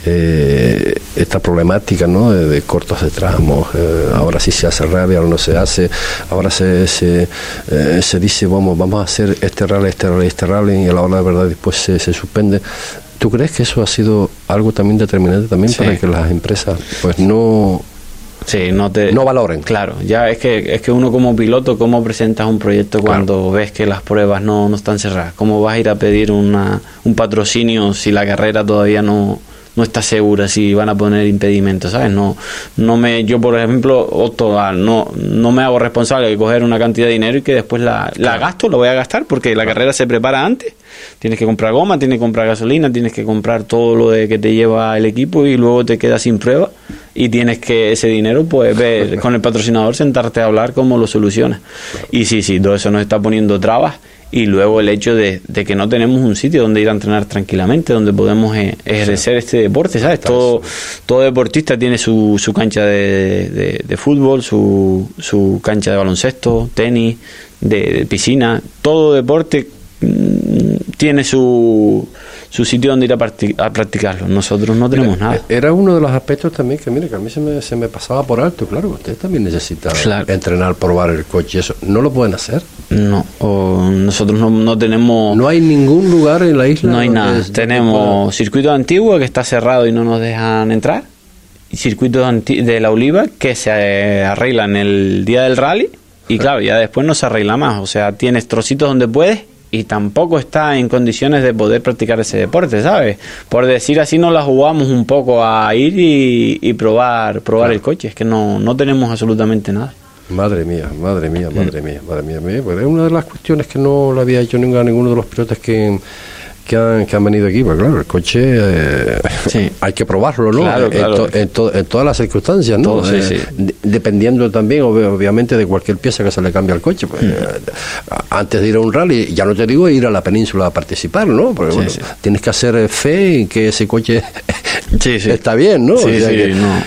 S3: eh, esta problemática, ¿no? De, de cortos de tramos, eh, ahora sí se hace rally, ahora no se hace, ahora se se, eh, se dice vamos, vamos a hacer este rally, este rally, este rally, y a la hora de verdad después se, se suspende. ¿Tú crees que eso ha sido algo también determinante también sí. para que las empresas pues no
S4: sí, no te
S3: no valoren?
S4: Claro, ya es que es que uno como piloto, ¿cómo presentas un proyecto cuando claro. ves que las pruebas no, no están cerradas? ¿Cómo vas a ir a pedir una un patrocinio si la carrera todavía no no está segura, si van a poner impedimentos, ¿sabes? No no me yo por ejemplo opto a, no no me hago responsable de coger una cantidad de dinero y que después la, la gasto, lo voy a gastar porque la carrera se prepara antes. Tienes que comprar goma, tienes que comprar gasolina, tienes que comprar todo lo de que te lleva el equipo, y luego te quedas sin prueba y tienes que ese dinero pues ver con el patrocinador, sentarte a hablar cómo lo solucionas. Y sí, sí, todo eso nos está poniendo trabas. Y luego el hecho de, de que no tenemos un sitio donde ir a entrenar tranquilamente, donde podemos eh, ejercer este deporte, ¿sabes? Todo, todo deportista tiene su, su cancha de, de, de fútbol, su, su cancha de baloncesto, tenis, de, de piscina. Todo deporte mmm, tiene su, su sitio donde ir a, practic- a practicarlo. Nosotros no tenemos
S3: mira,
S4: nada.
S3: Era uno de los aspectos también que, mire, que a mí se me, se me pasaba por alto. Claro, ustedes también necesitan claro. entrenar, probar el coche. Eso ¿no lo pueden hacer?
S4: No, o nosotros no, no tenemos...
S3: ¿No hay ningún lugar en la isla?
S4: No hay nada. Es, tenemos circuito antiguo que está cerrado y no nos dejan entrar. Y circuito de La Oliva que se arreglan el día del rally. Y claro, ya después no se arregla más. O sea, tienes trocitos donde puedes y tampoco está en condiciones de poder practicar ese deporte, ¿sabes? Por decir así, nos la jugamos un poco a ir y, y probar probar claro. el coche. Es que no, no tenemos absolutamente nada.
S3: Madre mía, madre mía, madre mía, madre mía. Pues es una de las cuestiones que no le había hecho nunca a ninguno de los pilotos que, que, han, que han venido aquí. Pues claro, el coche eh, sí. hay que probarlo, ¿no?
S4: Claro, claro.
S3: En, to, en, to, en todas las circunstancias, ¿no?
S4: Todo, sí,
S3: eh,
S4: sí.
S3: de, dependiendo también, obviamente, de cualquier pieza que se le cambie al coche. Pues, mm. eh, antes de ir a un rally, ya no te digo ir a la península a participar, ¿no? Porque sí, bueno, sí. tienes que hacer fe en que ese coche sí, sí. está bien, ¿no?
S4: Sí,
S3: o sea
S4: sí,
S3: que,
S4: no.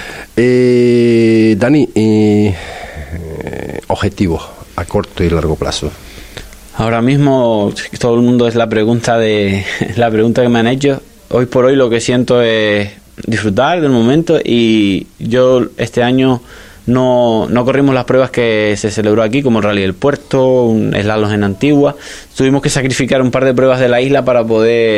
S3: eh, Dani, eh, objetivos a corto y largo plazo.
S4: Ahora mismo todo el mundo es la pregunta de la pregunta que me han hecho. Hoy por hoy lo que siento es disfrutar del momento, y yo este año no, no corrimos las pruebas que se celebró aquí, como el Rally del Puerto, un slalom en Antigua. Tuvimos que sacrificar un par de pruebas de la isla para poder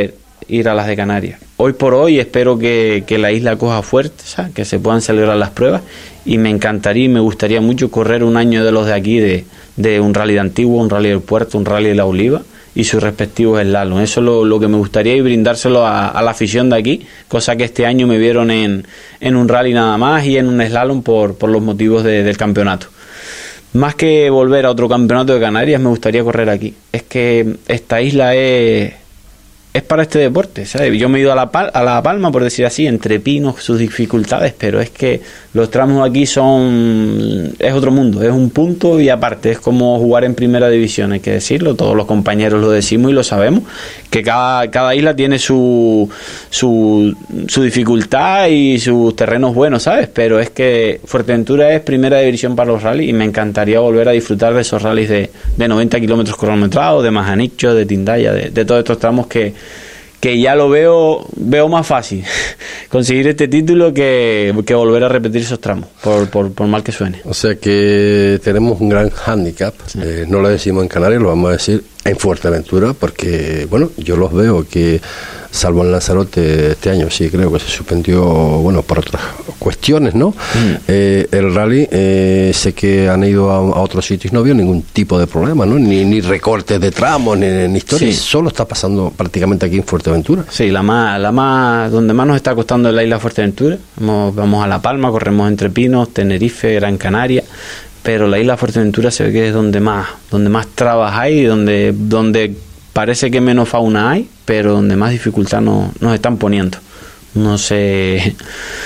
S4: ir a las de Canarias. Hoy por hoy espero que, que la isla coja fuerza, que se puedan celebrar las pruebas, y me encantaría y me gustaría mucho correr un año de los de aquí, de, de un rally de Antigua, un rally del Puerto, un rally de la Oliva y sus respectivos slalom. Eso es lo, lo que me gustaría, y brindárselo a, a la afición de aquí, cosa que este año me vieron en, en un rally nada más y en un slalom por, por los motivos de, del campeonato. Más que volver a otro campeonato de Canarias, me gustaría correr aquí. Es que esta isla es, es para este deporte, ¿sabes? Yo me he ido a la, Pal- a la Palma, por decir así, entre pinos, sus dificultades, pero es que los tramos aquí son... es otro mundo, es un punto y aparte, es como jugar en primera división, hay que decirlo, todos los compañeros lo decimos y lo sabemos, que cada, cada isla tiene su, su, su dificultad y sus terrenos buenos, ¿sabes? Pero es que Fuerteventura es primera división para los rallies y me encantaría volver a disfrutar de esos rallies de, de noventa kilómetros cronometrados, de Majanicho, de Tindaya, de, de todos estos tramos que que ya lo veo veo más fácil conseguir este título que, que volver a repetir esos tramos, por, por, por mal que suene.
S3: O sea que tenemos un gran hándicap, sí. eh, no lo decimos en Canarias, lo vamos a decir en Fuerteventura, porque, bueno, yo los veo que, salvo en Lanzarote este año, sí creo que se suspendió, bueno, por otras cuestiones, ¿no? Mm. Eh, el rally, eh, sé que han ido a, a otros sitios, no veo ningún tipo de problema, ¿no? Ni, ni recortes de tramos, ni, ni historias, sí. Solo está pasando prácticamente aquí en Fuerteventura.
S4: Sí, la más, la más, donde más nos está costando es la isla Fuerteventura. Vamos, vamos a La Palma, corremos entre Pinos, Tenerife, Gran Canaria, pero la isla Fuerteventura se ve que es donde más, donde más trabas hay, donde, donde parece que menos fauna hay, pero donde más dificultad nos, nos están poniendo. No sé,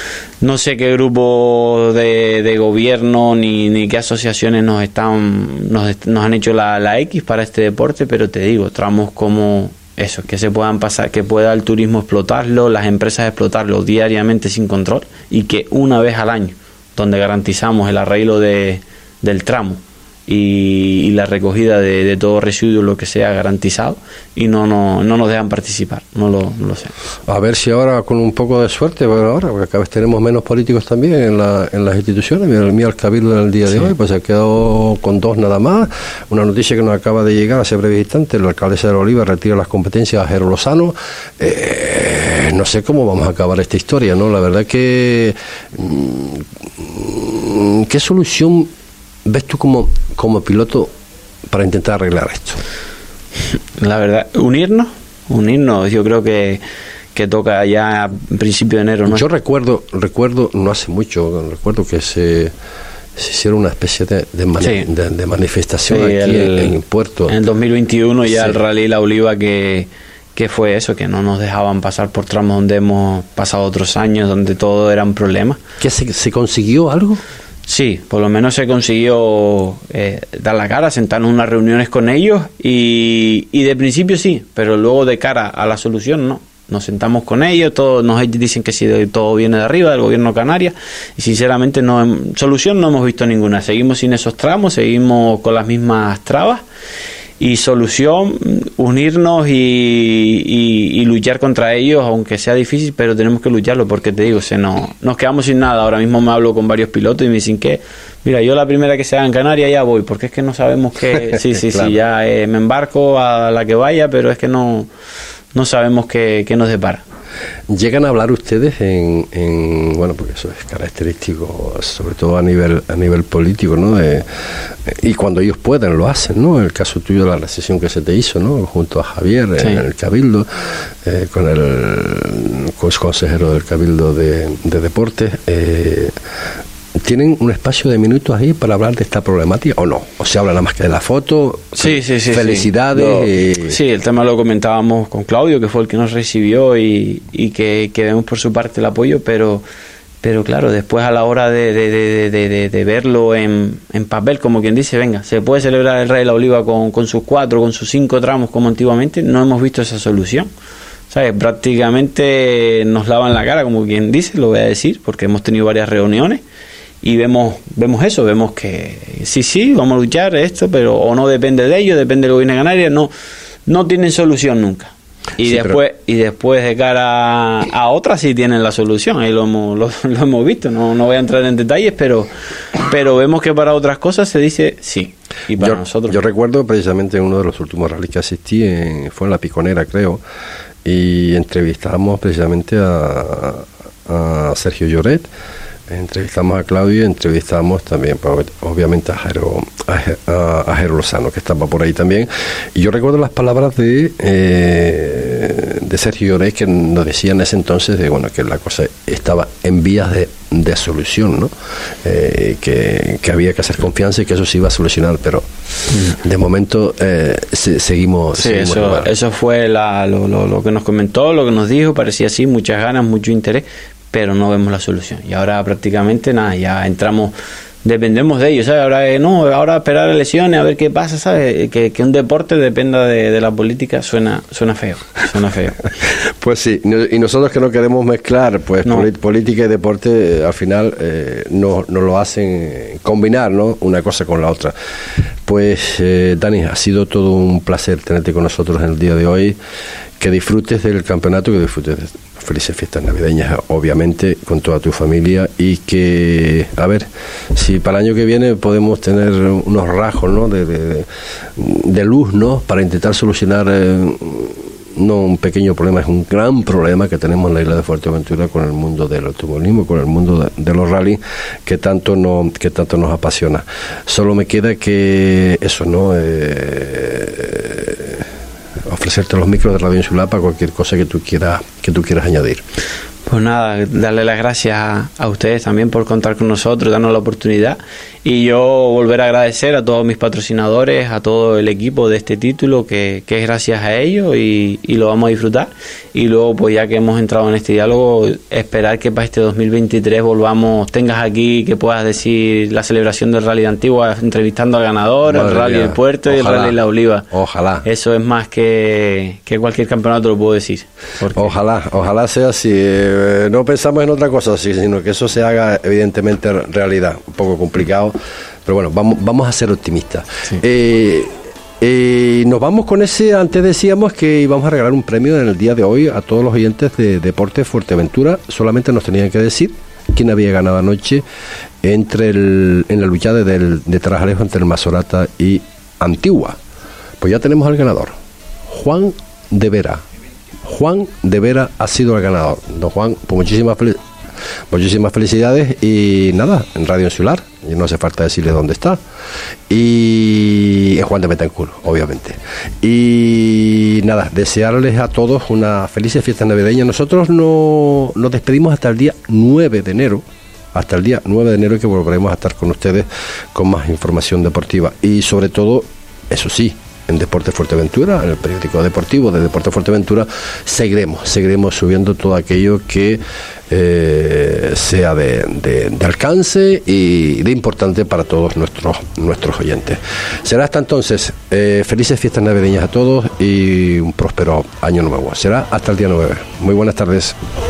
S4: no sé qué grupo de, de gobierno ni, ni qué asociaciones nos están, nos, nos han hecho la, la X para este deporte, pero te digo, tramos como eso, que se puedan pasar, que pueda el turismo explotarlo, las empresas explotarlo diariamente sin control, y que una vez al año, donde garantizamos el arreglo de del tramo y, y la recogida de, de todo residuo, lo que sea, garantizado, y no, no, no nos dejan participar, no lo, no lo sé.
S3: A ver si ahora con un poco de suerte, bueno, ahora, porque cada vez tenemos menos políticos también en, la, en las instituciones. Mira, el mío al Cabildo en el día de sí. hoy, pues se ha quedado con dos nada más. Una noticia que nos acaba de llegar hace breve instante: la alcaldesa de la Oliva retira las competencias a Jero Lozano. Eh, no sé cómo vamos a acabar esta historia, ¿no? La verdad que mmm, ¿qué solución ves tú como, como piloto para intentar arreglar esto?
S4: La verdad, unirnos, unirnos, yo creo que, que toca ya a principio de enero, ¿no?
S3: Yo recuerdo, recuerdo, no hace mucho, recuerdo que se, se hicieron una especie de, de, mani, sí. de, de manifestación sí, aquí el, en, en Puerto.
S4: En el dos mil veintiuno ya sí. El Rally La Oliva, que, que fue eso, que no nos dejaban pasar por tramos donde hemos pasado otros años, donde todo era un problema.
S3: ¿Que se, se consiguió algo?
S4: Sí, por lo menos se consiguió eh, dar la cara, sentarnos en unas reuniones con ellos y, y de principio sí, pero luego de cara a la solución no. Nos sentamos con ellos, todos nos dicen que sí, todo viene de arriba, del gobierno de Canarias, y sinceramente no, solución no hemos visto ninguna. Seguimos sin esos tramos, seguimos con las mismas trabas. Y solución, unirnos y, y, y luchar contra ellos, aunque sea difícil, pero tenemos que lucharlo, porque te digo, se nos, nos quedamos sin nada. Ahora mismo me hablo con varios pilotos y me dicen que, mira, yo la primera que se haga en Canarias ya voy, porque es que no sabemos qué, sí, sí, claro. sí, ya eh, me embarco a la que vaya, pero es que no, no sabemos qué, qué nos depara.
S3: ¿Llegan a hablar ustedes en, en bueno, porque eso es característico, sobre todo a nivel a nivel político, ¿no? De, y cuando ellos pueden lo hacen, ¿no? El caso tuyo de la recesión que se te hizo, ¿no? Junto a Javier sí. en el Cabildo, eh, con el consejero del Cabildo de, de Deportes. Eh, ¿Tienen un espacio de minutos ahí para hablar de esta problemática o no? ¿O se habla nada más que de la foto?
S4: Sí, sí, sí.
S3: Felicidades.
S4: Sí. No,
S3: eh.
S4: sí, el tema lo comentábamos con Claudio, que fue el que nos recibió y, y que, que vemos por su parte el apoyo, pero pero claro, después a la hora de, de, de, de, de, de verlo en, en papel, como quien dice, venga, se puede celebrar el Rally La Oliva con, con sus cuatro, con sus cinco tramos como antiguamente, no hemos visto esa solución. ¿Sabes? Prácticamente nos lavan la cara, como quien dice, lo voy a decir, porque hemos tenido varias reuniones. Y vemos vemos eso, vemos que sí, sí, vamos a luchar esto, pero o no depende de ellos, depende del gobierno de Canarias, no, no tienen solución nunca. Y sí, después pero... y después de cara a, a otras sí tienen la solución, ahí lo hemos, lo, lo hemos visto, no, no voy a entrar en detalles, pero pero vemos que para otras cosas se dice sí. Y para
S3: yo,
S4: nosotros
S3: yo recuerdo precisamente en uno de los últimos rallies que asistí, en, fue en La Piconera, creo, y entrevistamos precisamente a, a Sergio Lloret, entrevistamos a Claudio y entrevistamos también, pues, obviamente, a Jairo, a, a Jairo Lozano, que estaba por ahí también. Y yo recuerdo las palabras de eh, de Sergio Lloret, que nos decía en ese entonces de, bueno, que la cosa estaba en vías de, de solución, ¿no? Eh, que, que había que hacer confianza y que eso se iba a solucionar, pero mm. de momento eh, se, seguimos,
S4: sí,
S3: seguimos
S4: eso,
S3: igual.
S4: Eso fue la, lo, lo, lo que nos comentó, lo que nos dijo, parecía así, muchas ganas, mucho interés, pero no vemos la solución. Y ahora prácticamente nada, ya entramos, dependemos de ellos, ¿sabes? Ahora eh, no, ahora esperar elecciones, a ver qué pasa, ¿sabes? Que, que un deporte dependa de, de la política suena suena feo, suena feo.
S3: Pues sí, y nosotros que no queremos mezclar pues no. política y deporte, eh, al final eh, nos no lo hacen combinar, ¿no? Una cosa con la otra. Pues eh, Dani, ha sido todo un placer tenerte con nosotros en el día de hoy. Que disfrutes del campeonato, que disfrutes de felices fiestas navideñas, obviamente, con toda tu familia, y que, a ver, si para el año que viene podemos tener unos rasgos, ¿no?, de, de, de luz, ¿no?, para intentar solucionar eh, no un pequeño problema, es un gran problema que tenemos en la isla de Fuerteventura con el mundo del automovilismo, con el mundo de, de los rallies, que tanto no, que tanto nos apasiona. Solo me queda que eso, ¿no?, eh, ofrecerte los micros de Radio Insular para cualquier cosa que tú quieras que tú quieras añadir.
S4: Pues nada, darle las gracias a, a ustedes también por contar con nosotros, darnos la oportunidad, y yo volver a agradecer a todos mis patrocinadores, a todo el equipo de este título, que, que es gracias a ellos, y, y lo vamos a disfrutar. Y luego, pues ya que hemos entrado en este diálogo, esperar que para este dos mil veintitrés volvamos, tengas aquí, que puedas decir la celebración del Rally de Antigua, entrevistando al ganador, Madre el Rally mía. del Puerto, ojalá, y el Rally La Oliva.
S3: Ojalá.
S4: Eso es más que, que cualquier campeonato, lo puedo decir. Porque... Ojalá,
S3: ojalá sea así. Eh, no pensamos en otra cosa, sino que eso se haga evidentemente realidad. Un poco complicado, pero bueno, vamos, vamos a ser optimistas. Sí. Eh, eh, nos vamos con ese. Antes decíamos que íbamos a regalar un premio en el día de hoy a todos los oyentes de Deportes Fuerteventura. Solamente nos tenían que decir quién había ganado anoche entre el, en la lucha de, del, de Tarajalejo entre el Masorata y Antigua. Pues ya tenemos al ganador, Juan de Vera. Juan de Vera ha sido el ganador. Don Juan, pues muchísimas felicidades. Muchísimas felicidades y nada, en Radio Insular, y no hace falta decirle dónde está, y es Juan de Betancourt, obviamente. Y nada, desearles a todos una feliz fiesta navideña. Nosotros no, nos despedimos hasta el día nueve de enero, hasta el día nueve de enero, que volveremos a estar con ustedes con más información deportiva, y sobre todo, eso sí, en Deportes Fuerteventura, en el periódico deportivo de Deportes Fuerteventura, seguiremos, seguiremos subiendo todo aquello que eh, sea de, de, de alcance y de importante para todos nuestros, nuestros oyentes. Será hasta entonces, eh, felices fiestas navideñas a todos y un próspero año nuevo. Será hasta el día nueve. Muy buenas tardes.